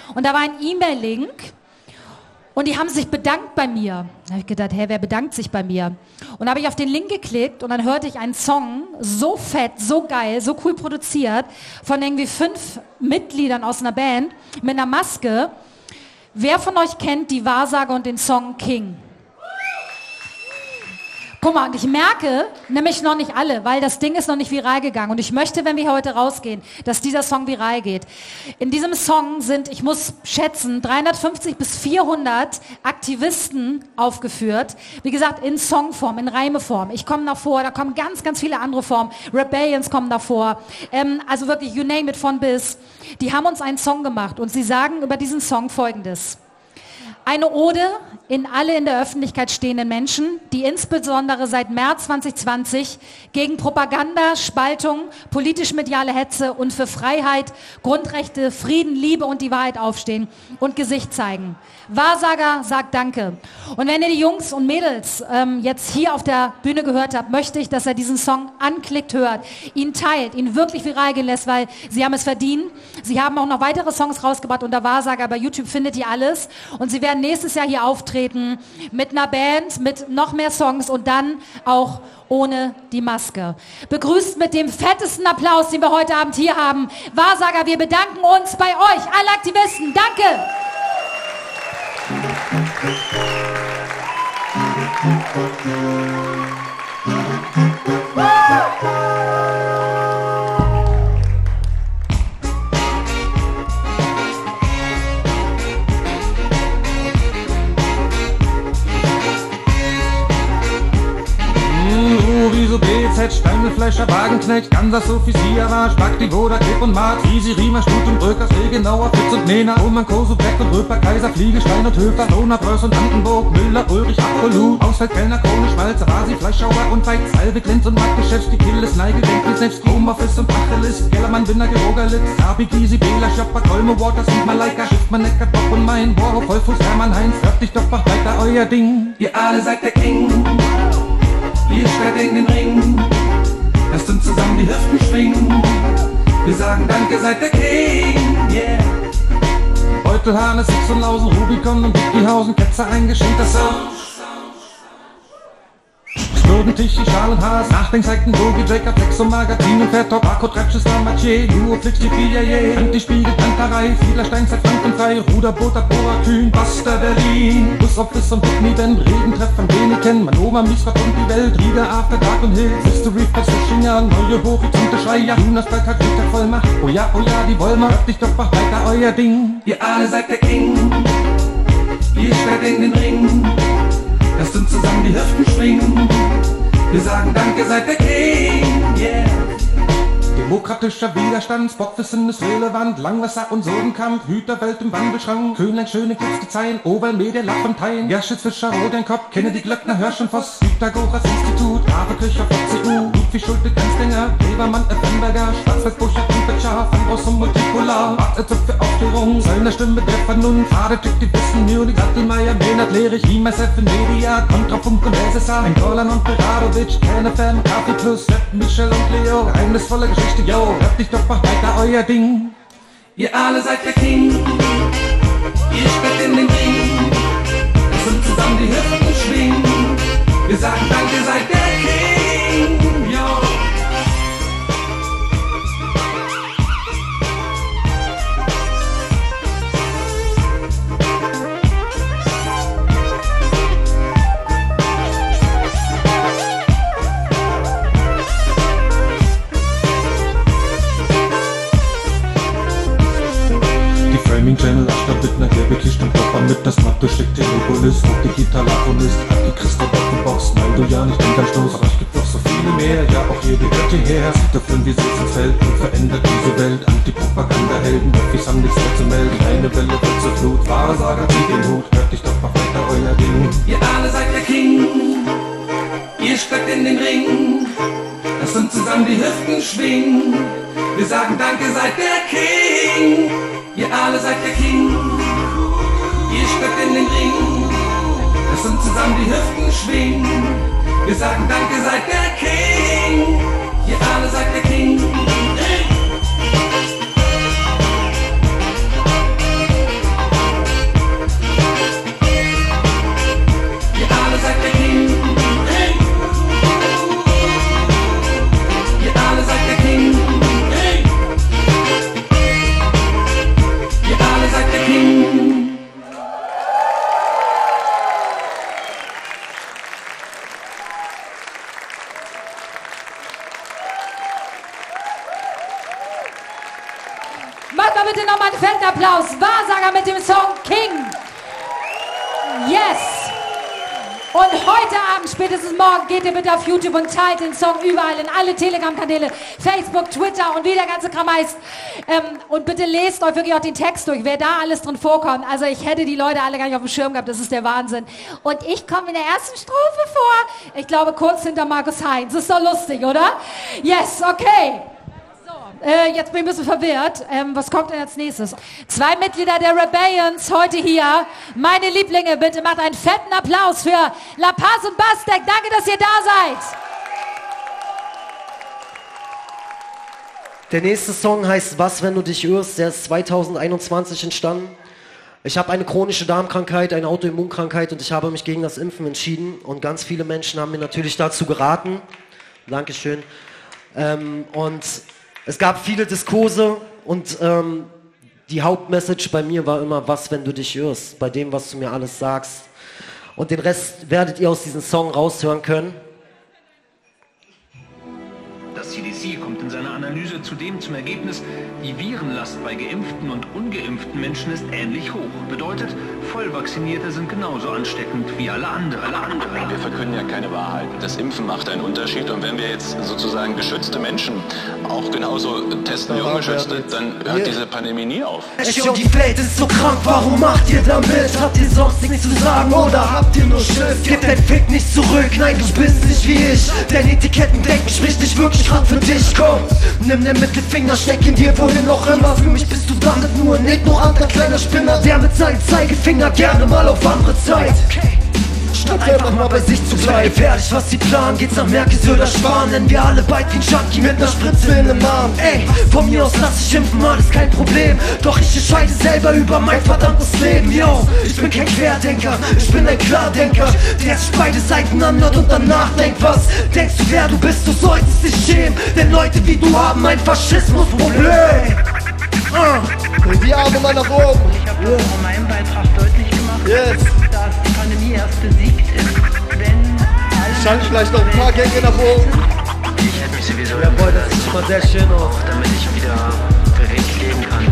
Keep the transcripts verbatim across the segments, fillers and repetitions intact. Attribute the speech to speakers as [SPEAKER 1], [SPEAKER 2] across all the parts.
[SPEAKER 1] Und da war ein E-Mail-Link und die haben sich bedankt bei mir. Da habe ich gedacht, hä, wer bedankt sich bei mir? Und da habe ich auf den Link geklickt und dann hörte ich einen Song, so fett, so geil, so cool produziert, von irgendwie fünf Mitgliedern aus einer Band mit einer Maske. Wer von euch kennt die Wahrsager und den Song King? Guck mal, und ich merke, nämlich noch nicht alle, weil das Ding ist noch nicht viral gegangen. Und ich möchte, wenn wir heute rausgehen, dass dieser Song viral geht. In diesem Song sind, ich muss schätzen, dreihundertfünfzig bis vierhundert Aktivisten aufgeführt. Wie gesagt, in Songform, in Reimeform. Ich komme davor, da kommen ganz, ganz viele andere Formen. Rebellions kommen davor. Ähm, also wirklich, you name it, von bis. Die haben uns einen Song gemacht und sie sagen über diesen Song Folgendes. Eine Ode in alle in der Öffentlichkeit stehenden Menschen, die insbesondere seit März zwanzig zwanzig gegen Propaganda, Spaltung, politisch-mediale Hetze und für Freiheit, Grundrechte, Frieden, Liebe und die Wahrheit aufstehen und Gesicht zeigen. Wahrsager sagt Danke. Und wenn ihr die Jungs und Mädels ähm, jetzt hier auf der Bühne gehört habt, möchte ich, dass ihr diesen Song anklickt, hört, ihn teilt, ihn wirklich viral gehen lässt, weil sie haben es verdient. Sie haben auch noch weitere Songs rausgebracht unter Wahrsager. Bei YouTube findet ihr alles. Und sie werden nächstes Jahr hier auftreten mit einer Band, mit noch mehr Songs und dann auch ohne die Maske. Begrüßt mit dem fettesten Applaus, den wir heute Abend hier haben. Wahrsager, wir bedanken uns bei euch, alle Aktivisten. Danke!
[SPEAKER 2] Wieso B Z, Steinmelfleischer, Wagenknecht, Kansas, Offizier, war, Spagdi, Woda, Klipp und Marz, Easy, Riemer, Stut und Bröckers, Regenauer, Fitz und Nena, Oman, Koso, Beck und Röper, Kaiser, Fliege, Stein und Höfer, Lohner, Preuß und Brandenburg, Müller, Ulrich, Apollo, Ausfeld, Kellner, Krone, Schmalzer, Vasi, Fleischhauer und Weiz, Salve, Klinz und Marktgeschäfts, die Killes, Neige, Denklisnevs, Homeoffice und Achilles, Kellermann, Winner, Gerogerlitz, Sabi, Gysi, Bela, Schopper, Kolmo, Waters und Malaika, Schiffmann, Eckert, Bock und Main, Warhoff, Vollfuß, Hermann, Heinz, hört dich doch mach weiter euer Ding. Ihr alle seid der King, ihr steigt in den Ring. Lasst uns zusammen die Hüften schwingen. Wir sagen Danke, seid der King, yeah. Beutelhahn, Six und Lausen, Rubicon und Dickiehausen, Ketzer eingeschenkt, das Sound. Knoten, Tischi, Schal und Haas, Nachdenkseiten, Bogi, Jacob, Sex und Magazin und Fairtalk, Barco, Tratschis, Lamatier, Luo, Flitsch, die Piaye, Antispiegel, Kanterei, Fiedler, Steinzeit, Frankenfrei, Ruderboot, Abora, Kühn, Buster, Berlin, Bus, Office und Picnic, Band, Regentreff von Däniken, Manoma, Miesrad und die Welt, Rieder, After, Dark und Hills, History, Pass, Fischinger, neue Horizonte, Schreier, Jonas, Balkat, Richter, Vollmacht, oh ja, oh ja, die Wollmer, hört dich doch mach weiter euer Ding. Ihr alle seid der King, ihr steigt in den Ring. Lasst uns zusammen die Hüften schwingen. Wir sagen Danke, seid der King, yeah. Demokratischer Widerstand, Spockwissen ist relevant, Langwasser und Sodenkampf, Hüterwelt im Wandelschrank, Köhlein, schöne Klitz, die Zeilen, Obermedia, Lafontaine, Gerschitz, Fischer, Rodenkopf, Kennedy, Glöckner, Hirsch und Voss, Pythagoras Institut, Grave, Kirchhoff, C U, Ludwig, Schulte, Grenzdinger, Webermann, Effenberger, Schwarzwald, Buschert, Triepetscher, Van Rossum, Multipolar, Wartet für Aufklärung, Söllner Stimme der Vernunft, Radetick, die Wissen, Munich, Sattelmeier, Maynard, Lehrich, Hiemers, F in Media, Kontrafunk und S S A, ein Gorlan und Beradovic, Kernefan, Kaffee Plus, Sepp, Michel und Leo, geheimnisvolle Geschichte. Yo, hört dich doch mach weiter euer Ding. Ihr alle seid der King, ihr steckt in den Ring. Lasst uns zusammen die Hüften schwingen. Wir sagen Danke, seid der King. Yo. Framing Channel, Achter, Bittner, gelbe Kiste und Klopper mit das Matt durchsteckt Telebolist, auch Digitalaphonist, die Christoph auf dem Box, nein, du ja nicht Denkanstoß, aber es gibt noch so viele mehr, ja auch hier gehört hierher, sieht der Film, wie sie ins Feld und verändert diese Welt, Anti-Propaganda-Helden, Öffis haben nichts mehr zu melden, eine Welle wird zur Flut, Wahrsager, zieht den Hut, hört dich doch mal weiter euer Ding. Ihr alle seid der King, ihr steckt in den Ring, lasst uns zusammen die Hüften schwingen, wir sagen Danke, seid der King. Ihr alle seid der King, ihr steckt in den Ring. Lasst uns zusammen die Hüften schwingen. Wir sagen Danke, seid der King. Ihr alle seid der King.
[SPEAKER 1] fetten Applaus. Wahrsager mit dem Song King. Yes. Und heute Abend, spätestens morgen, geht ihr bitte auf YouTube und teilt den Song überall in alle Telegram-Kanäle, Facebook, Twitter und wie der ganze Kram heißt. Ähm, und bitte lest euch wirklich auch den Text durch, wer da alles drin vorkommt. Also ich hätte die Leute alle gar nicht auf dem Schirm gehabt, das ist der Wahnsinn. Und ich komme in der ersten Strophe vor, ich glaube kurz hinter Markus Heinz. Ist doch lustig, oder? Yes, okay. Äh, jetzt bin ich ein bisschen verwirrt. Ähm, was kommt denn als nächstes? Zwei Mitglieder der Rebellions heute hier. Meine Lieblinge, bitte macht einen fetten Applaus für La Paz und Bastek. Danke, dass ihr da seid.
[SPEAKER 3] Der nächste Song heißt Was, wenn du dich irrst. Der ist zwanzig einundzwanzig entstanden. Ich habe eine chronische Darmkrankheit, eine Autoimmunkrankheit und ich habe mich gegen das Impfen entschieden. Und ganz viele Menschen haben mir natürlich dazu geraten. Dankeschön. Ähm, und es gab viele Diskurse und ähm, die Hauptmessage bei mir war immer, was, wenn du dich irrst, bei dem, was du mir alles sagst. Und den Rest werdet ihr aus diesem Song raushören können.
[SPEAKER 4] Das C D C kommt in seiner Analyse zudem zum Ergebnis, die Virenlast bei geimpften und ungeimpften Menschen ist ähnlich hoch. Bedeutet, Vollvaccinierte sind genauso ansteckend wie alle anderen. Alle anderen.
[SPEAKER 5] Wir verkünden ja keine Wahrheit. Das Impfen macht einen Unterschied und wenn wir jetzt sozusagen geschützte Menschen auch genauso testen wie ungeschützte, dann hört diese Pandemie nie auf.
[SPEAKER 3] Yo, die Welt ist so krank, warum macht ihr damit? Habt ihr sonst nichts zu sagen oder habt ihr nur Schiss? Gib dein Fick nicht zurück, nein, du bist nicht wie ich. Denn Etikettendenken spricht nicht wirklich grad für dich. Komm, nimm den Mittelfinger, steck ihn dir wohin auch immer. Für mich bist du damit nur ein ignoranter kleiner Spinner, der mit seinem Zeigefinger gerne mal auf andere Zeit. Statt einfach mal bei sich zu bleiben. Gefährlich, was sie planen, geht's nach Merkes oder Spahn. Nennen wir alle bald wie ein Junkie mit ner Spritze in dem Arm. Ey, von mir aus lass ich impfen, alles kein Problem. Doch ich entscheide selber über mein verdammtes Leben. Yo, ich bin kein Querdenker, ich bin ein Klardenker, der sich beide Seiten anhört und danach denkt. Was denkst du, wer du bist? Du solltest dich schämen, denn Leute wie du haben ein Faschismusproblem.
[SPEAKER 6] Uh. Die Arme mal nach oben.
[SPEAKER 7] Ich habe yeah. in meinem Beitrag deutlich gemacht,
[SPEAKER 6] yes.
[SPEAKER 7] dass die Pandemie erst besiegt ist, wenn alle...
[SPEAKER 6] Schalt vielleicht noch ein paar Gänge nach oben.
[SPEAKER 7] Ich hätte mich sowieso...
[SPEAKER 3] Jawohl, das sieht mal sehr schön aus.
[SPEAKER 7] Damit ich wieder beweglich leben kann.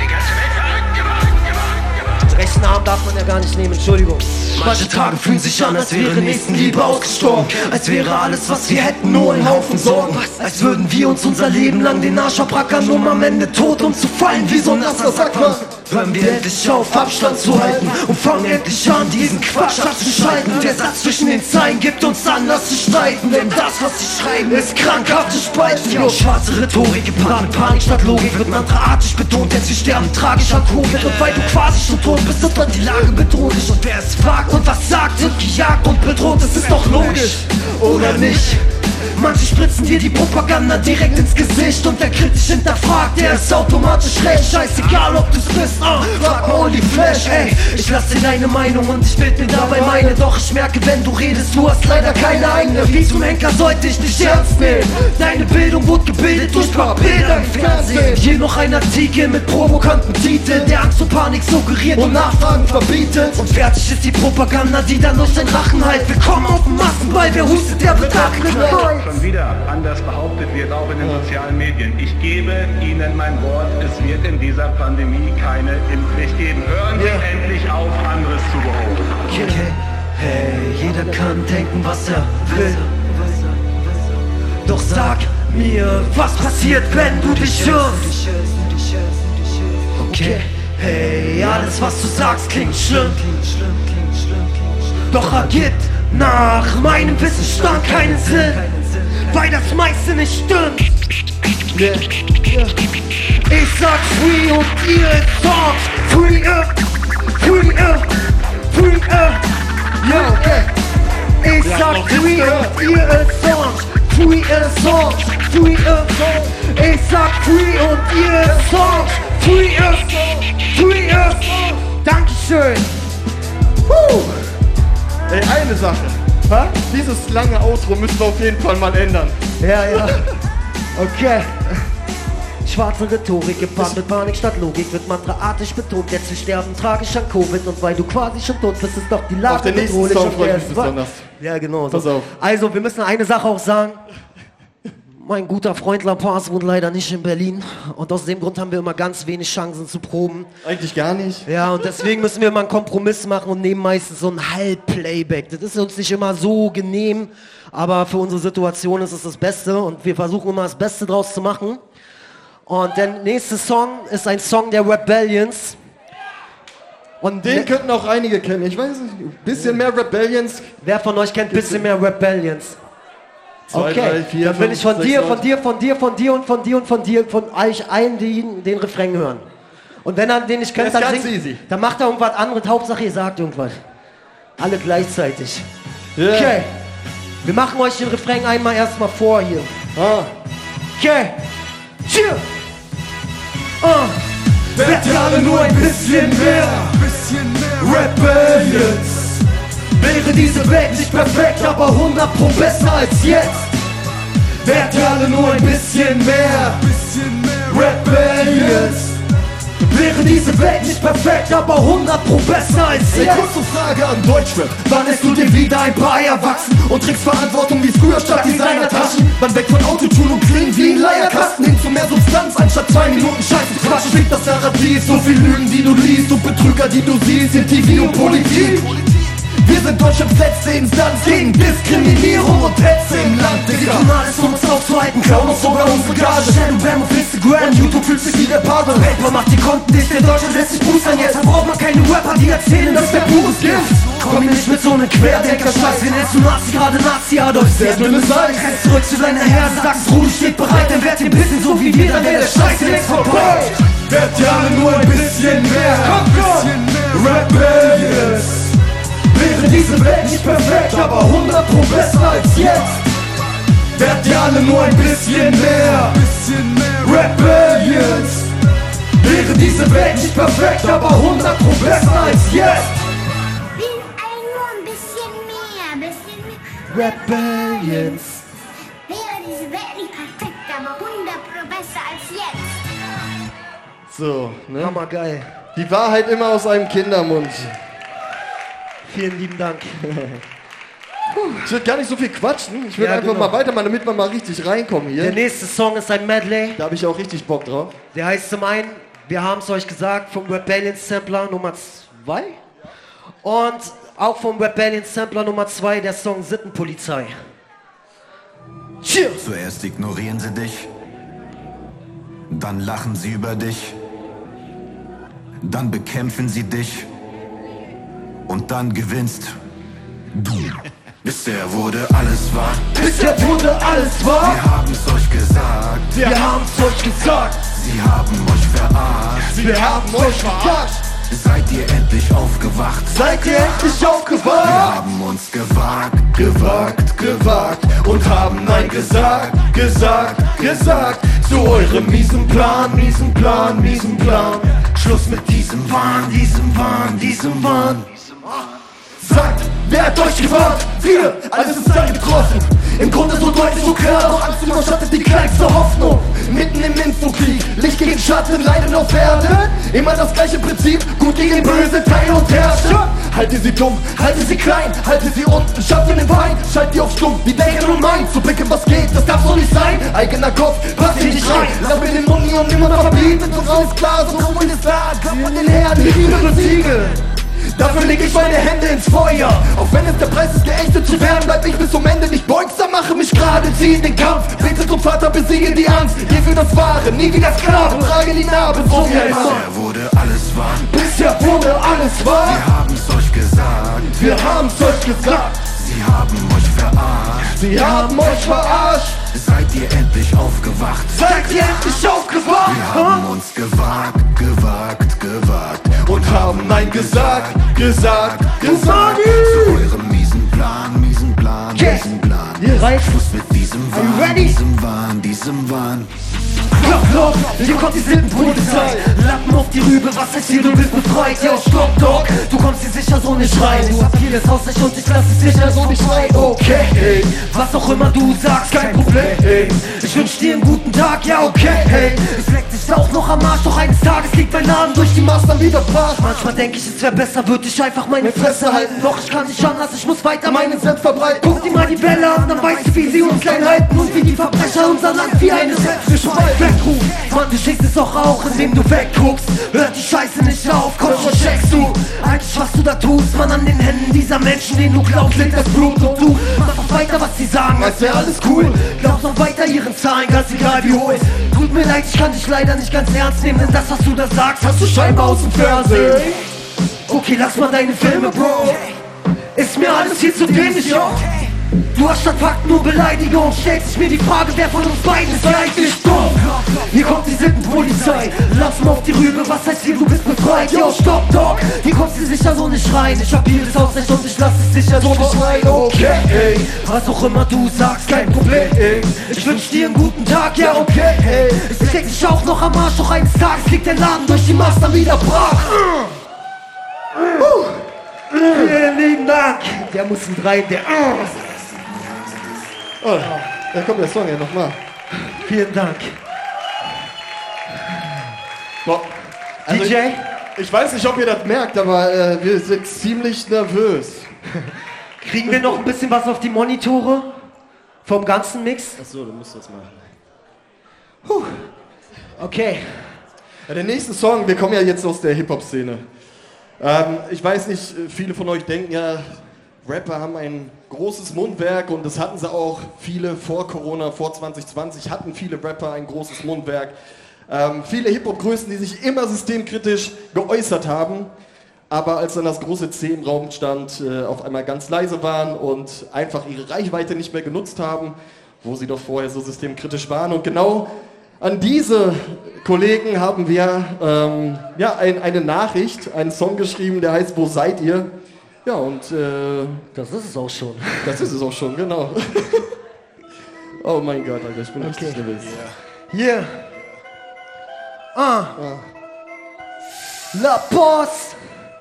[SPEAKER 3] Rechten Arm darf man ja gar nicht nehmen, Entschuldigung. Manche Tage fühlen sich an, als wäre Nächstenliebe ausgestorben. Als wäre alles, was wir hätten, nur ein Haufen Sorgen. Als würden wir uns unser Leben lang den Arsch abrackern, um am Ende tot umzufallen wie so ein nasser Sack. Hören wir endlich auf, Abstand zu halten und fangen endlich an, diesen Quatsch abzuschalten. Der Satz zwischen den Zeilen gibt uns Anlass zu streiten, denn das, was sie schreiben, ist krankhafte Spalten. Jo, schwarze Rhetorik gepaart mit Panik statt Logik wird mantraartig betont, denn sie sterben tragisch an Covid. Und weil du quasi schon tot bist, ist dann die Lage bedrohlich. Und wer es fragt und was sagt, wird gejagt und bedroht. Das ist doch logisch, oder nicht? Manche spritzen dir die Propaganda direkt ins Gesicht und wer kritisch hinterfragt, der ist automatisch recht. Scheißegal, ob du's bist, ah, frag mal Holy Flash, ey. Ich lass dir deine Meinung und ich bild mir dabei meine. Doch ich merke, wenn du redest, du hast leider keine eigene. Wie zum Henker sollte ich dich ernst nehmen. Deine Bildung wurde gebildet durch paar Bilder im Fernsehen. Hier noch ein Artikel mit provokanten Titeln, der Angst und Panik suggeriert und Nachfragen verbietet. Und fertig ist die Propaganda, die dann durch den Rachen halt. Willkommen auf dem Massenball, wer hustet, der wird abgeknallt.
[SPEAKER 4] Schon wieder anders behauptet wird, auch in den sozialen Medien. Ich gebe Ihnen mein Wort, es wird in dieser Pandemie keine Impfpflicht geben. Hören Sie yeah. endlich auf, anderes zu behaupten.
[SPEAKER 3] Okay. Hey, jeder kann denken, was er will. Doch sag mir, was passiert, wenn du dich irrst? Okay. Hey, alles, was du sagst, klingt schlimm. Doch ergibt nach meinem Wissensstand keinen Sinn, weil das meiste nicht stimmt. Yeah. Yeah. Ich sag free und ihr sagt free up, free up, free up. Yeah, okay. Ich sag free und ihr sagt free up, free up. Ich sag free und ihr sagt free up, free up. Dankeschön. Woo.
[SPEAKER 6] Ey, eine Sache. Ha? Dieses lange Outro müssen wir auf jeden Fall mal ändern.
[SPEAKER 3] Ja, ja. Okay. Schwarze Rhetorik gepaart mit Panik statt Logik wird mantraartig betont. Jetzt wir sterben tragisch an Covid und weil du quasi schon tot bist, ist doch die Lage
[SPEAKER 6] auf den nächsten Song freue ich mich besonders.
[SPEAKER 3] Ja, genau.
[SPEAKER 6] Pass
[SPEAKER 3] so.
[SPEAKER 6] auf.
[SPEAKER 3] Also, wir müssen eine Sache auch sagen. Mein guter Freund La Paz wohnt leider nicht in Berlin und aus dem Grund haben wir immer ganz wenig Chancen zu proben.
[SPEAKER 6] Eigentlich gar nicht.
[SPEAKER 3] Ja, und deswegen müssen wir immer einen Kompromiss machen und nehmen meistens so ein Halb-Playback. Das ist uns nicht immer so genehm, aber für unsere Situation ist es das Beste und wir versuchen immer das Beste draus zu machen. Und der nächste Song ist ein Song der Rebellions. Und
[SPEAKER 6] Den könnten auch einige kennen. Ich weiß nicht, ein bisschen mehr Rebellions.
[SPEAKER 3] Wer von euch kennt ein bisschen mehr Rebellions?
[SPEAKER 6] Zwei,
[SPEAKER 3] Okay,
[SPEAKER 6] drei, vier,
[SPEAKER 3] dann will
[SPEAKER 6] fünf,
[SPEAKER 3] ich von
[SPEAKER 6] sechs,
[SPEAKER 3] dir,
[SPEAKER 6] neun.
[SPEAKER 3] von dir, von dir, von dir und von dir und von dir, von euch allen den, den Refrain hören. Und wenn er den nicht kennt,
[SPEAKER 6] Das
[SPEAKER 3] dann,
[SPEAKER 6] ist ganz
[SPEAKER 3] singt,
[SPEAKER 6] easy.
[SPEAKER 3] dann macht er irgendwas anderes. Hauptsache ihr sagt irgendwas. Alle gleichzeitig.
[SPEAKER 6] Yeah.
[SPEAKER 3] Okay, wir machen euch den Refrain einmal erstmal vor hier.
[SPEAKER 6] Ah.
[SPEAKER 3] Okay, cheer! Uh.
[SPEAKER 8] Werdet ihr alle nur ein bisschen mehr, Rebellions. Wäre diese Welt nicht perfekt, aber hundert Pro besser als jetzt. Werdet ihr alle nur ein bisschen mehr, Rebellions. Wäre diese Welt nicht perfekt, aber hundert Pro besser als jetzt. Ey, kurze Frage an Deutschrap. Wann lässt du dir wieder ein paar Eier wachsen und trägst Verantwortung wie früher statt Designertaschen? Wann weg von Autotune und klingen wie ein Leierkasten hin zu mehr Substanz anstatt zwei Minuten Scheiße quatschen? Schickt das Narrativ, so viel Lügen, die du liest und Betrüger, die du siehst in T V und Politik. Wir sind Deutschlands letzte Instanz gegen Diskriminierung und Hetze im Land, Digga. Wir tun alles, um uns aufzuhalten, klauen uns sogar unsere Gage. Shadowbam auf Instagram, YouTube fühlt sich wie der Pate. Paper macht die Konten dicht, in Deutschland lässt sich boostern jetzt. Da braucht man keine Rapper, die erzählen, das wär pures Gift. Komm mir nicht mit so einem Querdenker-Scheiß, wen nennst du Nazi, gerade Nazi Adolf? Sehr dünnes Eis. Rennst zurück zu deiner Herse, sagst, Rudi steht bereit, dann werdet ihr bisschen so wie wir, dann wär der Scheiß längst vorbei. Werdet ihr alle nur ein bisschen mehr, Rebellions. Wäre diese Welt nicht perfekt, aber hundert Pro besser als jetzt. Werdet ihr alle nur ein bisschen mehr, Rebellions. Wäre diese Welt nicht perfekt, aber hundert Pro besser als jetzt.
[SPEAKER 9] Bin ein nur ein bisschen mehr, bisschen mehr.
[SPEAKER 3] Rebellions.
[SPEAKER 9] Wäre diese Welt nicht perfekt, aber hundert Pro besser als jetzt.
[SPEAKER 6] So, ne?
[SPEAKER 3] Hammergeil.
[SPEAKER 6] Die Wahrheit immer aus einem Kindermund.
[SPEAKER 3] Vielen lieben Dank.
[SPEAKER 6] Ich würde gar nicht so viel quatschen. Ich würde
[SPEAKER 3] Ja,
[SPEAKER 6] einfach
[SPEAKER 3] genau.
[SPEAKER 6] mal weitermachen, damit wir mal richtig reinkommen hier.
[SPEAKER 3] Der nächste Song ist ein Medley.
[SPEAKER 6] Da habe ich auch richtig Bock drauf.
[SPEAKER 3] Der heißt zum einen, wir haben es euch gesagt, vom Rebellion Sampler Nummer zwei. Und auch vom Rebellion Sampler Nummer zwei, der Song Sittenpolizei. Cheers!
[SPEAKER 10] Zuerst ignorieren sie dich, dann lachen sie über dich, dann bekämpfen sie dich und dann gewinnst du. Bisher wurde alles wahr.
[SPEAKER 8] Bisher wurde alles wahr.
[SPEAKER 10] Wir haben's euch gesagt.
[SPEAKER 8] Wir haben's euch gesagt.
[SPEAKER 10] Sie haben euch verarscht.
[SPEAKER 8] Wir haben euch verarscht.
[SPEAKER 10] Seid ihr endlich aufgewacht?
[SPEAKER 8] Seid ihr endlich aufgewacht?
[SPEAKER 10] Wir haben uns gewagt,
[SPEAKER 8] gewagt, gewagt und haben Nein gesagt, gesagt, gesagt zu eurem miesen Plan, miesen Plan, miesen Plan.
[SPEAKER 10] Schluss mit diesem Wahn, diesem Wahn, diesem Wahn.
[SPEAKER 8] Sagt, wer hat euch gewarnt? Wir, alles ist eingetroffen. Im Grunde so deutlich, so klar, doch Angst überschattet die kleinste Hoffnung. Mitten im Infokrieg, Licht gegen Schatten, Leiden auf Erden. Immer das gleiche Prinzip, gut gegen böse, Teil und Herrscher. Halte sie dumm, halte sie klein, halte sie unten, schaffen den Wein. Schalt die auf stumm, die denken und meinen. Zu blicken, was geht, das darf so nicht sein. Eigener Kopf, pass hier nicht rein. Lass mir den Mund nie und nimmer verbieten. Ist doch alles klar, so kommt es da. Glaubt man den Herren, die Liebe Siegel. Dafür leg ich meine Hände ins Feuer. Auch wenn es der Preis ist, geächtet zu werden, bleib ich bis zum Ende nicht beugsam, mache mich gerade, zieh den Kampf. Bete zum Vater, besiege die Angst. Geh für das Wahre, nie wieder Sklave, trage die Narben, so wie ein Mann.
[SPEAKER 10] Bisher wurde alles wahr.
[SPEAKER 8] Bisher wurde alles wahr.
[SPEAKER 10] Wir haben's euch gesagt.
[SPEAKER 8] Wir haben's euch gesagt.
[SPEAKER 10] Sie haben euch verarscht.
[SPEAKER 8] Sie haben euch verarscht.
[SPEAKER 10] Seid ihr endlich aufgewacht?
[SPEAKER 8] Seid ihr endlich aufgewacht?
[SPEAKER 10] Wir haben uns gewagt, gewagt, gewagt
[SPEAKER 8] und haben Nein gesagt, gesagt, gesagt
[SPEAKER 10] zu eurem miesen Plan, miesen Plan, miesen Plan. Schluss mit diesem Wahn, diesem Wahn, diesem Wahn.
[SPEAKER 8] Klopf, klopf, hier kommt die Sittenpolizei. Lappen auf die Rübe, was heißt hier, du bist befreit? Ja, stopp, Dog, du kommst hier sicher so nicht rein. Du hast hier das Haus nicht und ich lass es sicher so nicht rein. Okay, hey, was auch immer du sagst, kein Problem, hey. Ich wünsch dir einen guten Tag, ja, okay, hey. Ich leck dich
[SPEAKER 3] ist auch noch am Arsch, doch eines Tages liegt mein Laden durch die Mastern wieder brach. Manchmal denke ich, es wäre besser, würde ich einfach meine Fresse halten. Doch ich kann nicht anders, ich muss weiter meinen Selbst verbreiten. Guck dir mal die Welle an, dann weißt du, wie sie uns klein halten und wie die Verbrecher unser Land wie eine Selbstgespalt wegrufen. Mann, du schickst es doch auch, indem du wegguckst. Hört die Scheiße nicht auf, komm schon, checkst du eigentlich, was du da tust. Mann, an den Händen dieser Menschen, denen du glaubst, liegt das Blut. Und du mach doch weiter, was sie sagen, als wäre alles cool. Glaubst noch weiter ihren Zahlen, ganz egal wie hoch. Tut mir leid, ich kann dich leider nicht ganz ernst nehmen, denn das, was du da sagst, hast du scheinbar aus dem Fernsehen. Okay, lass mal deine Filme, Bro. Ist mir alles viel zu dämlich, yo. Du hast statt Fakten nur Beleidigung. Stellt sich mir die Frage, wer von uns beiden ist eigentlich dumm? Hier kommt die Sittenpolizei. Lass mal auf die Rübe, was heißt hier, du bist befreit? Yo, stopp, Dog. Hier kommst du sicher so nicht rein. Ich hab hier das Hausrecht und ich lass es sicher so nicht rein. Okay, ey. Was auch immer du sagst, kein Problem, ey. Ich wünsch dir einen guten Tag, ja, okay, ey. Ich steck dich auch noch am Arsch, doch eines Tages liegt der Laden durch die Master wieder brach. Uh. Vielen lieben Dank. Der muss ein rein, der...
[SPEAKER 6] Oh, da kommt der Song ja nochmal.
[SPEAKER 3] Vielen Dank.
[SPEAKER 6] Boah, also D J? Ich, ich weiß nicht, ob ihr das merkt, aber äh, wir sind ziemlich nervös.
[SPEAKER 3] Kriegen wir noch ein bisschen was auf die Monitore? Vom ganzen Mix?
[SPEAKER 6] Achso, du musst das machen.
[SPEAKER 3] Puh. Okay.
[SPEAKER 6] Ja, der nächste Song, wir kommen ja jetzt aus der Hip-Hop-Szene. Ähm, ich weiß nicht, viele von euch denken ja, Rapper haben ein großes Mundwerk und das hatten sie auch. Viele vor Corona, vor zwanzig zwanzig hatten viele Rapper ein großes Mundwerk. Ähm, viele Hip-Hop-Größen, die sich immer systemkritisch geäußert haben, aber als dann das große C im Raum stand, äh, auf einmal ganz leise waren und einfach ihre Reichweite nicht mehr genutzt haben, wo sie doch vorher so systemkritisch waren. Und genau an diese Kollegen haben wir ähm, ja, ein, eine Nachricht, einen Song geschrieben, der heißt Wo seid ihr? Ja, und äh,
[SPEAKER 3] das ist es auch schon.
[SPEAKER 6] Das ist es auch schon, genau. Oh mein Gott, Alter, ich bin okay. Richtig nervös.
[SPEAKER 3] Hier. Yeah. Ah. ah. La Post.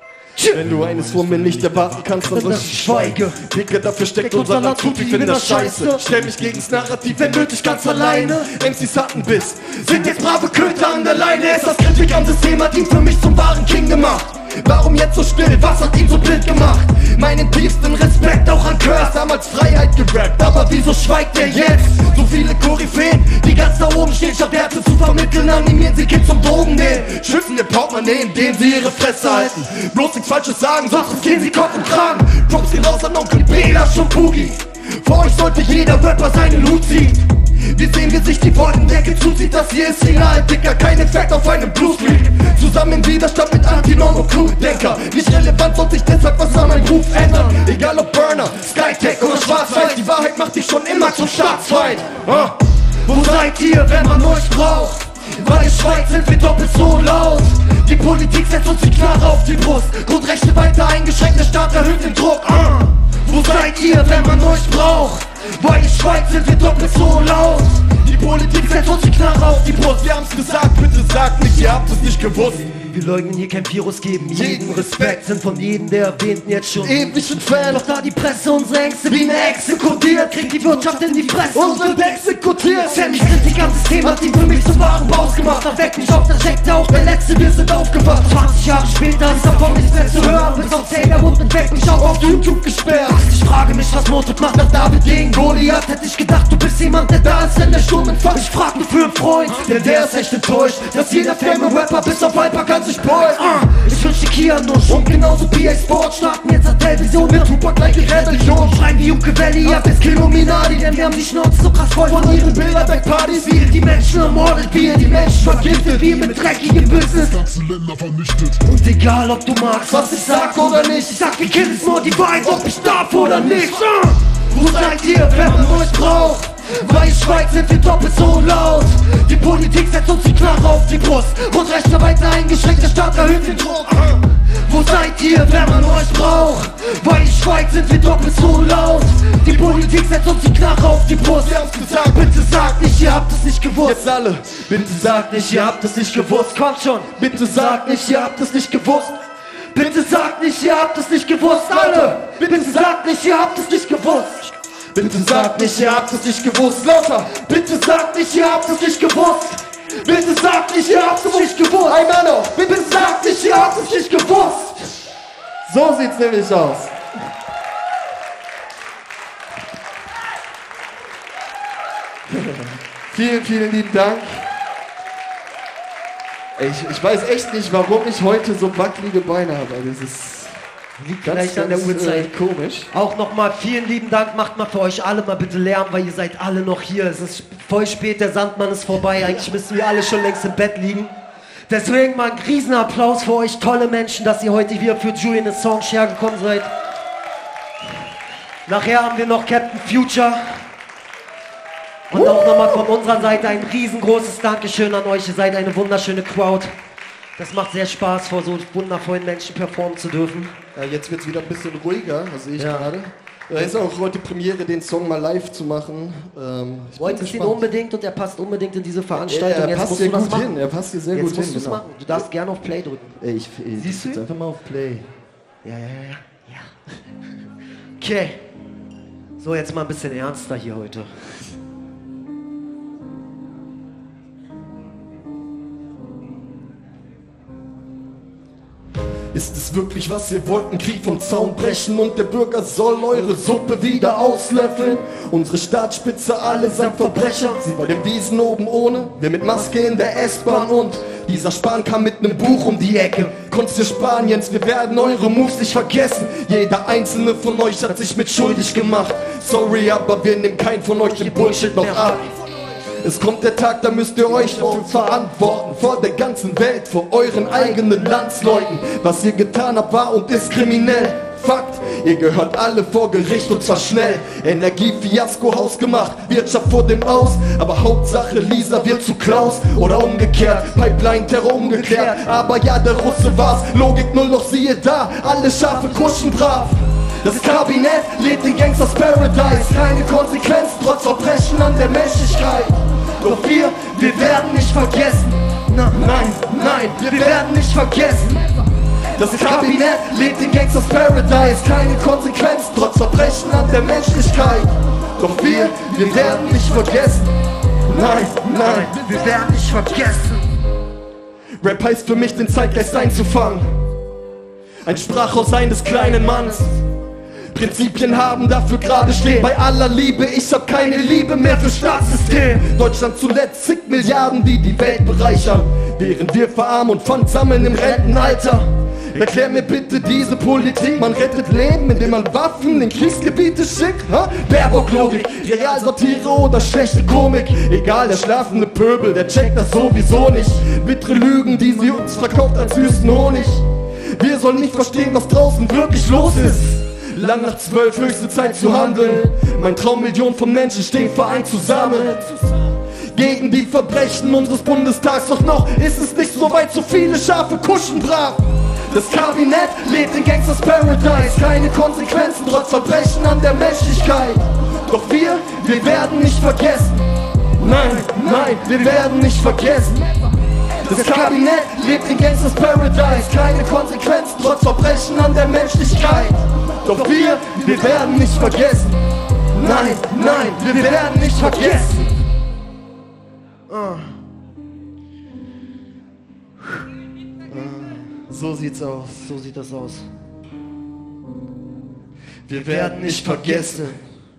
[SPEAKER 6] Wenn du eines von mir nicht erwarten kannst, dann soll ich schweige. Dicke, dafür steckt unser Land zu tief in der Scheiße. Stell mich gegen's Narrativ, wenn nötig ganz alleine. M Cs hatten Biss, sind jetzt brave Köter an der Leine. Ist das Kritik am System, hat ihn für mich zum wahren King gemacht. Warum jetzt so still, was hat ihn so blind gemacht? Meinen tiefsten Respekt auch an Curse, damals Freiheit gerappt. Aber wieso schweigt er jetzt? So viele Koryphäen, die ganz da oben stehen, statt Werte zu vermitteln, animieren sie Kids zum Drogen nehmen. Schützen ihr Portemonnaie, indem sie ihre Fresse halten. Bloß nichts Falsches sagen, sonst riskieren sie Kopf und Kragen. Drops gehen raus an Onkel Bela, schon Boogie. Vor euch sollte jeder Rapper seinen Hut ziehen. Wir sehen, wie sich die Wolkendecke zuzieht, das hier ist real, Dicker, kein Effekt auf einem Blueslied. Zusammen im Widerstand mit Antinorm und Crew-Denker. Nicht relevant, sollte sich deshalb was an meinem Ruf ändern. Egal ob Burner, Skytech oder Schwarzwald, die Wahrheit macht dich schon immer zum Staatsfeind. Ah. Wo seid ihr, wenn man euch braucht? Weil ihr schweigt, sind wir doppelt so laut. Die Politik setzt uns die Knarre auf die Brust. Grundrechte weiter eingeschränkt, der Staat erhöht den Druck. Ah. Wo seid ihr, wenn man euch braucht? Weil ihr schweigt, sind wir doppelt so laut. Die Politik setzt uns die Knarre auf die Brust. Wir haben's gesagt, bitte sagt nicht, ihr habt es nicht gewusst. Wir leugnen hier kein Virus, geben jeden Respekt, sind von jedem der Erwähnten jetzt schon ewig ein Fan. Doch da die Presse unsere Ängste wie eine Echse kodiert, kriegt die Wirtschaft in die Fresse und wird exekutiert. Sammys Kritik am System hat ihn für mich zum wahren Baus gemacht. Da weckt mich auf, da steckt er auch der Letzte, wir sind aufgewacht. zwanzig Jahre später ist davon nichts mehr zu hören, bis auf Taylor wurde mit weg, mich auch auf YouTube gesperrt. Ich frage mich, was Not macht nach David gegen Goliath. Hätte ich gedacht, du bist jemand, der da ist, wenn der Sturm entfacht. Ich frag nur für einen Freund, denn der ist echt enttäuscht, dass jeder Fame-Rapper bis auf Viper kann sich beugen. Uh, ich wünsche Kia Nusch und genauso P A Sport starten jetzt an Television mit Tupac gleiche Rebellion. Schreien wie Ukulele, ab bis Killuminati, denn wir haben die Schnauze so krass voll von ihren Bilderberg-Partys. Wie ihr die Menschen ermordet, wie ihr die Menschen vergiftet, wie ihr mit dreckigem Business ganze Länder vernichtet. Und egal ob du magst, was ich sag oder nicht, ich sag, wir killen es nur die Wahrheit, ob ich darf oder nicht. Uh, wo seid ihr, wenn man euch braucht? Weil ihr schweigt, sind wir doppelt so laut. Die Politik setzt uns die Knarre auf die Brust und Rechte weiter eingeschränkt, der Staat erhöht den Druck. Wo seid ihr, wenn man euch braucht? Weil ihr schweigt, sind wir doppelt so laut. Die Politik setzt uns die Knarre auf die Brust. Wir haben's gesagt, bitte sagt nicht, ihr habt es nicht gewusst. Jetzt alle, bitte sagt nicht, ihr habt es nicht gewusst. Kommt schon, bitte sagt nicht, ihr habt es nicht gewusst. Bitte sagt nicht, ihr habt es nicht gewusst. Alle, bitte sagt nicht, ihr habt es nicht gewusst. Bitte sagt nicht, ihr habt es nicht gewusst. Lauter, bitte sagt nicht, ihr habt es nicht gewusst.
[SPEAKER 8] Bitte sag nicht, ihr habt's nicht gewusst. Einmal noch. Bitte sag nicht, ihr habt's nicht gewusst. So sieht's nämlich aus. Vielen, vielen lieben Dank. Ich, ich weiß echt nicht, warum ich heute so wackelige Beine habe. Also es ist
[SPEAKER 3] Liegt
[SPEAKER 8] ganz,
[SPEAKER 3] vielleicht an der
[SPEAKER 8] ganz,
[SPEAKER 3] Uhrzeit.
[SPEAKER 8] äh, komisch.
[SPEAKER 3] Auch nochmal vielen lieben Dank. Macht mal für euch alle mal bitte Lärm, weil ihr seid alle noch hier. Es ist voll spät, der Sandmann ist vorbei. Eigentlich müssten wir alle schon längst im Bett liegen. Deswegen mal einen riesen Applaus für euch tolle Menschen, dass ihr heute hier für Julian Assange hergekommen seid. Nachher haben wir noch Captain Future. Und auch nochmal von unserer Seite ein riesengroßes Dankeschön an euch. Ihr seid eine wunderschöne Crowd. Das macht sehr Spaß, vor so wundervollen Menschen performen zu dürfen.
[SPEAKER 8] Ja, jetzt wird es wieder ein bisschen ruhiger, das sehe ich
[SPEAKER 3] Ja.
[SPEAKER 8] gerade. Da ist auch heute Premiere, den Song mal live zu machen. Ähm, ich bin
[SPEAKER 3] Wolltest ihn
[SPEAKER 8] gespannt.
[SPEAKER 3] unbedingt und er passt unbedingt in diese Veranstaltung.
[SPEAKER 8] Ja, er
[SPEAKER 3] Jetzt
[SPEAKER 8] passt
[SPEAKER 3] musst
[SPEAKER 8] hier
[SPEAKER 3] du das
[SPEAKER 8] gut
[SPEAKER 3] machen.
[SPEAKER 8] hin, er passt hier sehr
[SPEAKER 3] Jetzt
[SPEAKER 8] gut
[SPEAKER 3] musst
[SPEAKER 8] hin,
[SPEAKER 3] du's
[SPEAKER 8] genau.
[SPEAKER 3] machen. Du darfst gerne auf Play drücken.
[SPEAKER 8] Ey, ich, ich
[SPEAKER 3] Siehst du?
[SPEAKER 8] jetzt einfach mal auf Play.
[SPEAKER 3] Ja, ja, ja, ja. Okay. So, jetzt mal ein bisschen ernster hier heute.
[SPEAKER 8] Ist es wirklich, was ihr wollt, einen Krieg vom Zaun brechen und der Bürger soll eure Suppe wieder auslöffeln? Unsere Staatsspitze allesamt Verbrecher, sie bei den Wiesen oben ohne, wir mit Maske in der S-Bahn und dieser Spahn kam mit nem Buch um die Ecke. Kunst des Spaniens, wir werden eure Moves nicht vergessen. Jeder einzelne von euch hat sich mit schuldig gemacht. Sorry, aber wir nehmen keinen von euch den Bullshit noch ab. Es kommt der Tag, da müsst ihr euch dafür verantworten. Vor der ganzen Welt, vor euren eigenen Landsleuten. Was ihr getan habt, war und ist kriminell. Fakt, ihr gehört alle vor Gericht und zwar schnell. Energiefiasko hausgemacht, Wirtschaft vor dem Aus. Aber Hauptsache Lisa wird zu Klaus. Oder umgekehrt, Pipeline-Terror umgekehrt. Aber ja, der Russe war's, Logik null, noch siehe da. Alle Schafe kuschen brav. Das Kabinett lädt den Gangsters Paradise. Keine Konsequenzen, trotz Verbrechen an der Menschlichkeit. Doch wir, wir werden nicht vergessen. Na, nein, nein, wir werden nicht vergessen. Das Kabinett lädt den Gangsters Paradise. Keine Konsequenzen, trotz Verbrechen an der Menschlichkeit. Doch wir, wir werden nicht vergessen. Nein, nein, wir werden nicht vergessen. Rap heißt für mich, den Zeitgeist einzufangen. Ein Sprachrohr eines kleinen Manns. Prinzipien haben, dafür gerade stehen. Bei aller Liebe, ich hab keine Liebe mehr für Staatssystem. Deutschland zuletzt zig Milliarden, die die Welt bereichern, während wir verarmen und Pfand sammeln im Rentenalter. Erklär mir bitte diese Politik. Man rettet Leben, indem man Waffen in Kriegsgebiete schickt. Ha? Baerbock-Logik, Realsatire oder schlechte Komik. Egal, der schlafende Pöbel, der checkt das sowieso nicht. Bittere Lügen, die sie uns verkauft als süßen Honig. Wir sollen nicht verstehen, was draußen wirklich los ist. Lang nach zwölf, höchste Zeit zu handeln. Mein Traum, Millionen von Menschen stehen vereint zusammen gegen die Verbrechen unseres Bundestags. Doch noch ist es nicht so weit, so viele Schafe kuschen brav. Das Kabinett lädt den Gangsters Paradise. Keine Konsequenzen, trotz Verbrechen an der Menschlichkeit. Doch wir, wir werden nicht vergessen. Nein, nein, wir werden nicht vergessen. Das Kabinett lebt in Gangsters Paradise. Keine Konsequenzen, trotz Verbrechen an der Menschlichkeit. Doch wir, wir werden nicht vergessen. Nein, nein, wir werden nicht vergessen. So sieht's aus.
[SPEAKER 3] So sieht das aus.
[SPEAKER 8] Wir werden nicht vergessen.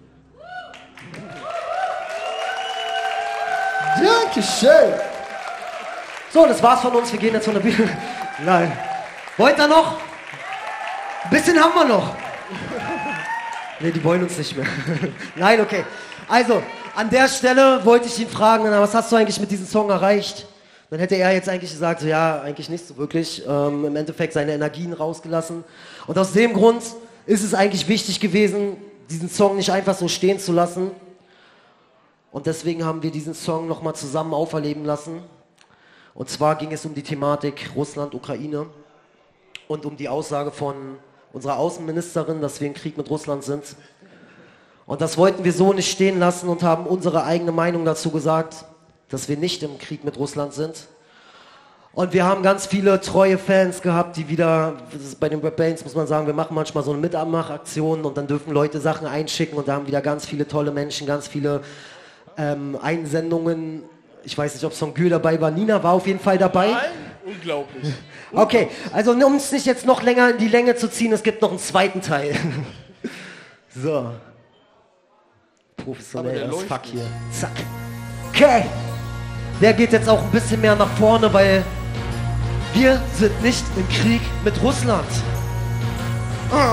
[SPEAKER 8] Dankeschön.
[SPEAKER 3] So, das war's von uns. Wir gehen jetzt von der Bühne. Nein. Wollt ihr noch? Ein bisschen haben wir noch. Ne, die wollen uns nicht mehr. Nein, okay. Also, an der Stelle wollte ich ihn fragen, na, was hast du eigentlich mit diesem Song erreicht? Dann hätte er jetzt eigentlich gesagt, so, ja, eigentlich nicht so wirklich. Ähm, im Endeffekt seine Energien rausgelassen. Und aus dem Grund ist es eigentlich wichtig gewesen, diesen Song nicht einfach so stehen zu lassen. Und deswegen haben wir diesen Song nochmal zusammen auferleben lassen. Und zwar ging es um die Thematik Russland, Ukraine und um die Aussage von unserer Außenministerin, dass wir im Krieg mit Russland sind. Und das wollten wir so nicht stehen lassen und haben unsere eigene Meinung dazu gesagt, dass wir nicht im Krieg mit Russland sind. Und wir haben ganz viele treue Fans gehabt, die wieder, das ist bei den Rap Bands muss man sagen, wir machen manchmal so eine Mitmachaktion und dann dürfen Leute Sachen einschicken und da haben wieder ganz viele tolle Menschen, ganz viele ähm, Einsendungen Ich weiß nicht, ob Songül dabei war. Nina war auf jeden Fall dabei.
[SPEAKER 6] Nein, unglaublich.
[SPEAKER 3] Okay, also um es nicht jetzt noch länger in die Länge zu ziehen, es gibt noch einen zweiten Teil. So. Professionell as fuck hier. Zack. Okay. Der geht jetzt auch ein bisschen mehr nach vorne, weil wir sind nicht im Krieg mit Russland. Ah.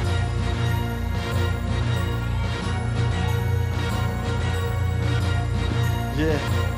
[SPEAKER 6] Yeah.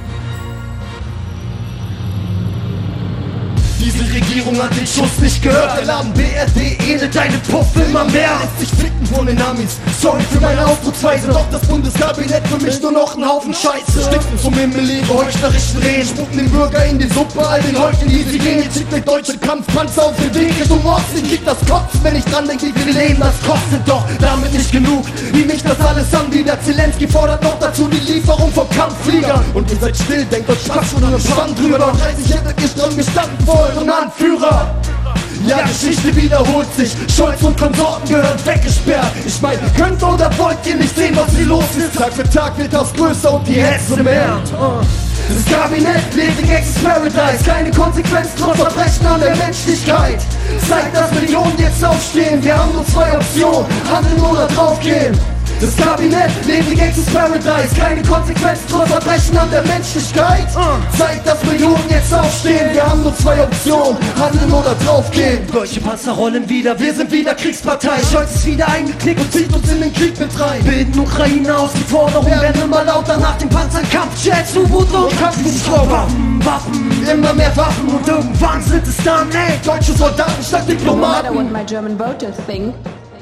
[SPEAKER 6] Diese Regierung hat den Schuss nicht gehört. Der Laden B R D ähnelt deine Puppe immer mehr. Lässt sich ficken von den Amis. Sorry für meine Ausdrucksweise, doch das Bundeskabinett für mich nur noch ein Haufen Scheiße. Stiften vom Himmel ihre heuchlerischen Reden, spucken den Bürger in die Suppe, all den Heucheln, die sie gehen. Jetzt schickt der deutsche Kampfpanzer auf den Weg Richtung Osten. Kriegt das Kotzen, wenn ich dran denke, wie viel Leben das kostet. Doch damit nicht genug, wie mich das alles anbietet. Zelensky fordert noch dazu die Lieferung von Kampffliegern. Und ihr seid still, denkt euch Spaß oder einen Schwamm drüber. dreißig hättet ihr stramm gestanden vor euren Anführer. Ja, Geschichte wiederholt sich. Scholz und Konsorten gehören weggesperrt. Ich mein, könnt oder wollt ihr nicht sehen, was hier los ist? Tag für Tag wird das größer und die Hetze mehr. Das Kabinett lebt in Gangsters Paradise. Keine Konsequenz trotz Verbrechen an der Menschlichkeit. Zeigt, dass Millionen jetzt aufstehen. Wir haben nur zwei Optionen, handeln oder draufgehen. Das Kabinett lebt in Gangsters Paradise. Keine Konsequenz trotz Verbrechen an der Menschlichkeit. Zeigt, dass Millionen jetzt aufstehen. Wir haben nur zwei Optionen, handeln oder draufgehen. Deutsche Panzer rollen wieder, wir sind wieder Kriegspartei. Scholz ist wieder eingeknickt und zieht uns in den Krieg mit rein. Bilden Ukraine aus, die Forderungen werden immer lauter. Nach dem Panzern Kampfjets, U-Boote und Kampfhubschrauber. Waffen, Waffen, immer mehr Waffen und irgendwann sind es dann, ey, deutsche Soldaten statt Diplomaten.
[SPEAKER 11] No matter what my German voters think,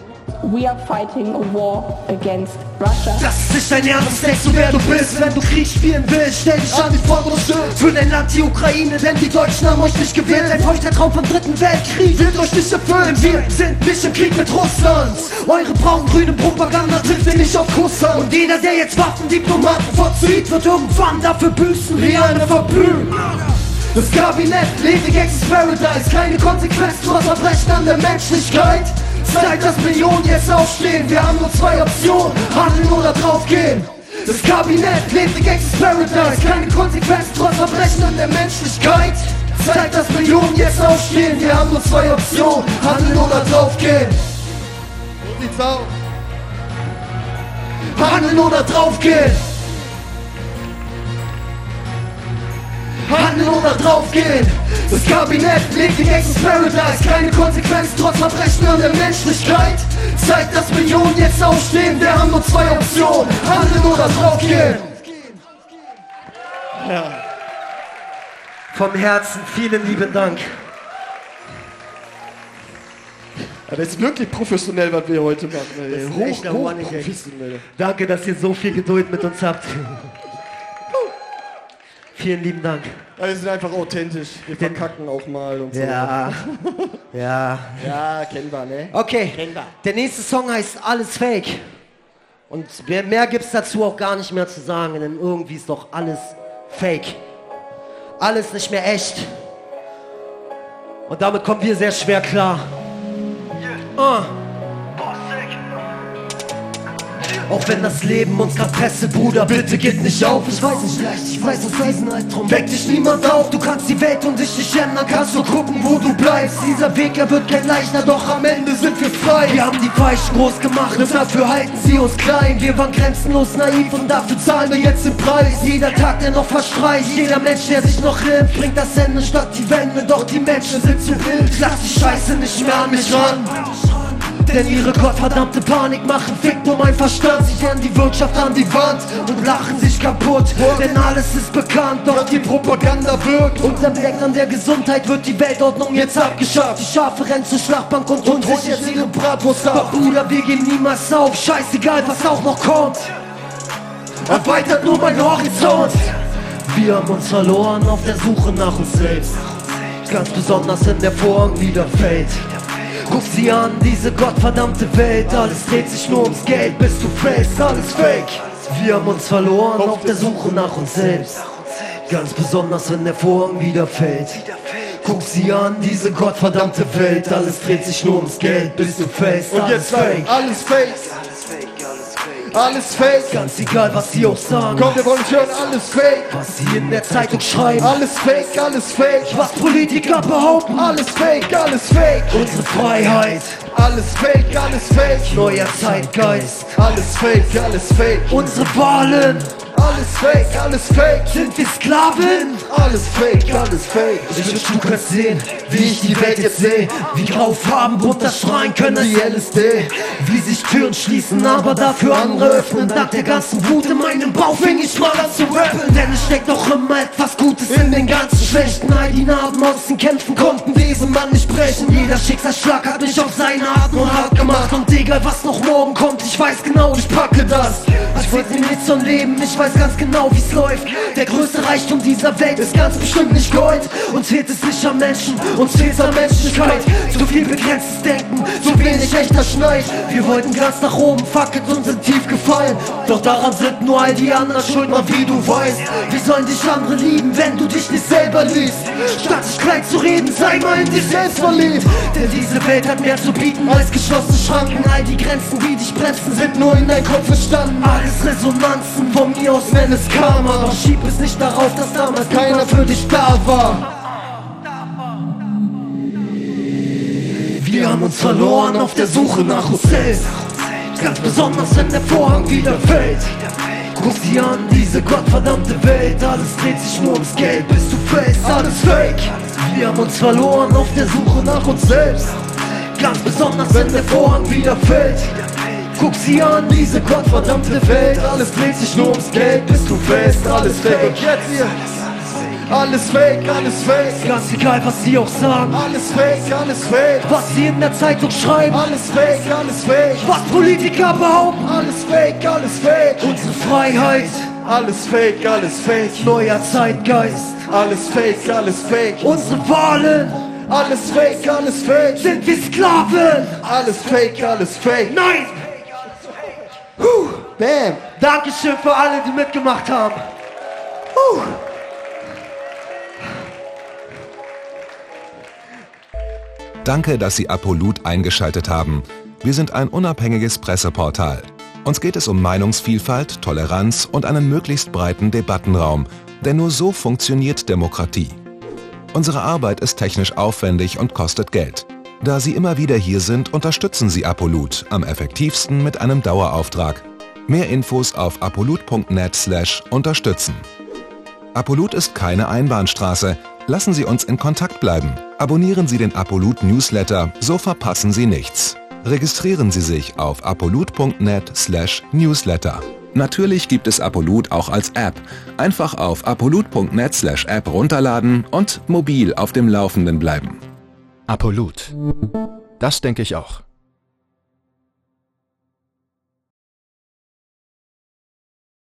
[SPEAKER 11] we are fighting a war against Russia.
[SPEAKER 3] Das ist nicht dein Ernst, denkst du, wer du bist. Wenn du Krieg spielen willst, stell dich an die Vorderste für dein Land, die Ukraine, denn die Deutschen haben euch nicht gewählt. Ein feuchter Traum vom dritten Weltkrieg wird euch nicht erfüllen. Wir sind nicht im Krieg mit Russland. Eure braun-grüne Propaganda trifft ihr nicht auf Russland. Und jeder, der jetzt Waffendiplomaten vorzieht, wird irgendwann dafür büßen wie eine Verblühen. Das Kabinett lebt in Gangsters Paradise. Keine Konsequenz trotz Verbrechen an der Menschlichkeit. Zeigt, dass Millionen jetzt aufstehen. Wir haben nur zwei Optionen, handeln oder draufgehen. Das Kabinett lebt in Gangsters Paradise. Keine Konsequenz trotz Verbrechen an der Menschlichkeit. Zeigt, dass Millionen jetzt aufstehen. Wir haben nur zwei Optionen, handeln oder draufgehen. So sieht's aus. Handeln oder draufgehen. Handeln oder draufgehen. Das Kabinett legt die Gangsters Paradise. Keine Konsequenz trotz Verbrechen an der Menschlichkeit. Zeigt, dass Millionen jetzt aufstehen. Wir haben nur zwei Optionen, handeln oder draufgehen. Ja. Vom Herzen vielen lieben Dank.
[SPEAKER 6] Ja, das ist wirklich professionell, was wir heute machen. Das ist hoch,
[SPEAKER 3] echt
[SPEAKER 6] hoch professionell.
[SPEAKER 3] Danke, dass ihr so viel Geduld mit uns habt. Vielen lieben Dank.
[SPEAKER 6] Ja, wir sind einfach authentisch. Wir verkacken auch mal und so.
[SPEAKER 3] Ja. Ja.
[SPEAKER 6] Ja, kennen wir, ne?
[SPEAKER 3] Okay.
[SPEAKER 6] Kennen wir.
[SPEAKER 3] Der nächste Song heißt Alles Fake. Und mehr, mehr gibt's dazu auch gar nicht mehr zu sagen, denn irgendwie ist doch alles Fake. Alles nicht mehr echt. Und damit kommen wir sehr schwer klar. Uh. Auch wenn das Leben uns grad presset, Bruder, bitte geht nicht auf. Ich weiß nicht leicht, ich weiß aus Wesenheit, drum weck dich niemand auf. Du kannst die Welt und dich nicht ändern, kannst du gucken, wo du bleibst. Dieser Weg, er wird kein leichter, doch am Ende sind wir frei. Wir haben die Weichen groß gemacht und dafür halten sie uns klein. Wir waren grenzenlos naiv und dafür zahlen wir jetzt den Preis. Jeder Tag, der noch verstreicht, jeder Mensch, der sich noch hilft, bringt das Ende statt die Wende, doch die Menschen sind zu wild. Lass die Scheiße nicht mehr an mich ran. Denn ihre gottverdammte Panik machen fickt um mein Verstand. Sie fahren die Wirtschaft an die Wand und lachen sich kaputt. Denn alles ist bekannt, doch die Propaganda wirkt. Unterm Deck an der Gesundheit wird die Weltordnung jetzt abgeschafft. Die Schafe rennen zur Schlachtbank und holen sich jetzt ihre Bratwurst ab. Doch Bruder, wir geben niemals auf, scheißegal was auch noch kommt. Erweitert nur mein Horizont. Wir haben uns verloren auf der Suche nach uns selbst. Ganz besonders wenn der Vorhang wieder fällt. Guck sie an, diese gottverdammte Welt. Alles dreht sich nur ums Geld, bis du fällst, alles fake. Wir haben uns verloren auf der Suche nach uns selbst. Ganz besonders wenn der Vorhang wieder fällt. Guck sie an, diese gottverdammte Welt. Alles dreht sich nur ums Geld, bis du fällst,
[SPEAKER 6] und
[SPEAKER 3] alles
[SPEAKER 6] jetzt
[SPEAKER 3] fake.
[SPEAKER 6] Alles fake. alles fake.
[SPEAKER 3] Ganz egal, was sie auch sagen.
[SPEAKER 6] Komm, wir wollen nicht hören, alles fake.
[SPEAKER 3] Was sie in der Zeitung schreiben.
[SPEAKER 6] Alles fake, alles fake.
[SPEAKER 3] Was Politiker behaupten.
[SPEAKER 6] Alles fake, alles fake.
[SPEAKER 3] Unsere Freiheit.
[SPEAKER 6] Alles fake, alles fake.
[SPEAKER 3] Neuer Zeitgeist.
[SPEAKER 6] Alles fake, alles fake.
[SPEAKER 3] Unsere Wahlen.
[SPEAKER 6] Alles fake, alles fake.
[SPEAKER 3] Sind wir Sklaven?
[SPEAKER 6] Alles fake, alles fake.
[SPEAKER 3] Ich wünsch, du kannst sehen, wie ich die Welt jetzt sehe. Wie grau Farben bunter strahlen können
[SPEAKER 6] wie L S D.
[SPEAKER 3] Wie sich Türen schließen, aber dafür andere öffnen. Dank der ganzen Wut in meinem Bauch fing ich mal an zu rappen. Denn es steckt doch immer etwas Gutes in den ganzen schlechten. All die Narben aus den Kämpfen konnten diesen Mann nicht brechen. Jeder Schicksalsschlag hat mich auf seine Art nur hart gemacht. Und egal was noch morgen kommt, ich weiß genau, ich packe das. Ich wollte mir nichts zum Leben, ich weiß ganz genau wie's läuft. Der größte Reichtum dieser Welt ist ganz bestimmt nicht Gold. Uns fehlt es nicht am Menschen, uns fehlt's an Menschlichkeit. Zu viel begrenztes Denken, zu wenig echter Schneid. Wir wollten ganz nach oben, fackelt und sind tief gefallen. Doch daran sind nur all die anderen schuld, mal wie du weißt. Wie sollen dich andere lieben, wenn du dich nicht selber liebst? Statt dich klein zu reden, sei mal in dich selbst verliebt. Denn diese Welt hat mehr zu bieten als geschlossene Schranken. All die Grenzen, die dich bremsen, sind nur in deinem Kopf entstanden. Alles Resonanzen, von mir aus nenn es Karma. Doch schieb es nicht darauf, dass damals keiner für dich da war. Wir haben uns verloren auf der Suche nach uns selbst. Ganz besonders, wenn der Vorhang wieder fällt. Guck sie an, diese gottverdammte Welt. Alles dreht sich nur ums Geld, bis du fällst, alles fake. Wir haben uns verloren auf der Suche nach uns selbst. Ganz besonders, wenn der Vorhang wieder fällt. Guck sie an, diese gottverdammte Welt. Alles dreht sich nur ums Geld, bis du fällst, alles fake.
[SPEAKER 6] Und jetzt hier, alles fake, alles fake.
[SPEAKER 3] Ganz egal, was sie auch sagen.
[SPEAKER 6] Alles fake, alles fake.
[SPEAKER 3] Was sie in der Zeitung schreiben.
[SPEAKER 6] Alles fake, alles fake.
[SPEAKER 3] Was Politiker behaupten.
[SPEAKER 6] Alles fake, alles fake.
[SPEAKER 3] Unsere Freiheit.
[SPEAKER 6] Alles fake, alles fake.
[SPEAKER 3] Neuer Zeitgeist.
[SPEAKER 6] Alles fake, alles fake.
[SPEAKER 3] Unsere Wahlen.
[SPEAKER 6] Alles fake, alles fake.
[SPEAKER 3] Sind wir Sklaven?
[SPEAKER 6] Alles fake, alles fake.
[SPEAKER 3] Nein!
[SPEAKER 6] Huh. Bam!
[SPEAKER 3] Dankeschön für alle, die mitgemacht haben. Huh.
[SPEAKER 12] Danke, dass Sie Apolut eingeschaltet haben. Wir sind ein unabhängiges Presseportal. Uns geht es um Meinungsvielfalt, Toleranz und einen möglichst breiten Debattenraum, denn nur so funktioniert Demokratie. Unsere Arbeit ist technisch aufwendig und kostet Geld. Da Sie immer wieder hier sind, unterstützen Sie Apolut am effektivsten mit einem Dauerauftrag. Mehr Infos auf apolut punkt net slash unterstützen. Apolut ist keine Einbahnstraße. Lassen Sie uns in Kontakt bleiben. Abonnieren Sie den Apolut Newsletter, so verpassen Sie nichts. Registrieren Sie sich auf apolut punkt net slash newsletter. Natürlich gibt es Apolut auch als App. Einfach auf apolut punkt net slash app runterladen und mobil auf dem Laufenden bleiben.
[SPEAKER 13] Apolut. Das denke ich auch.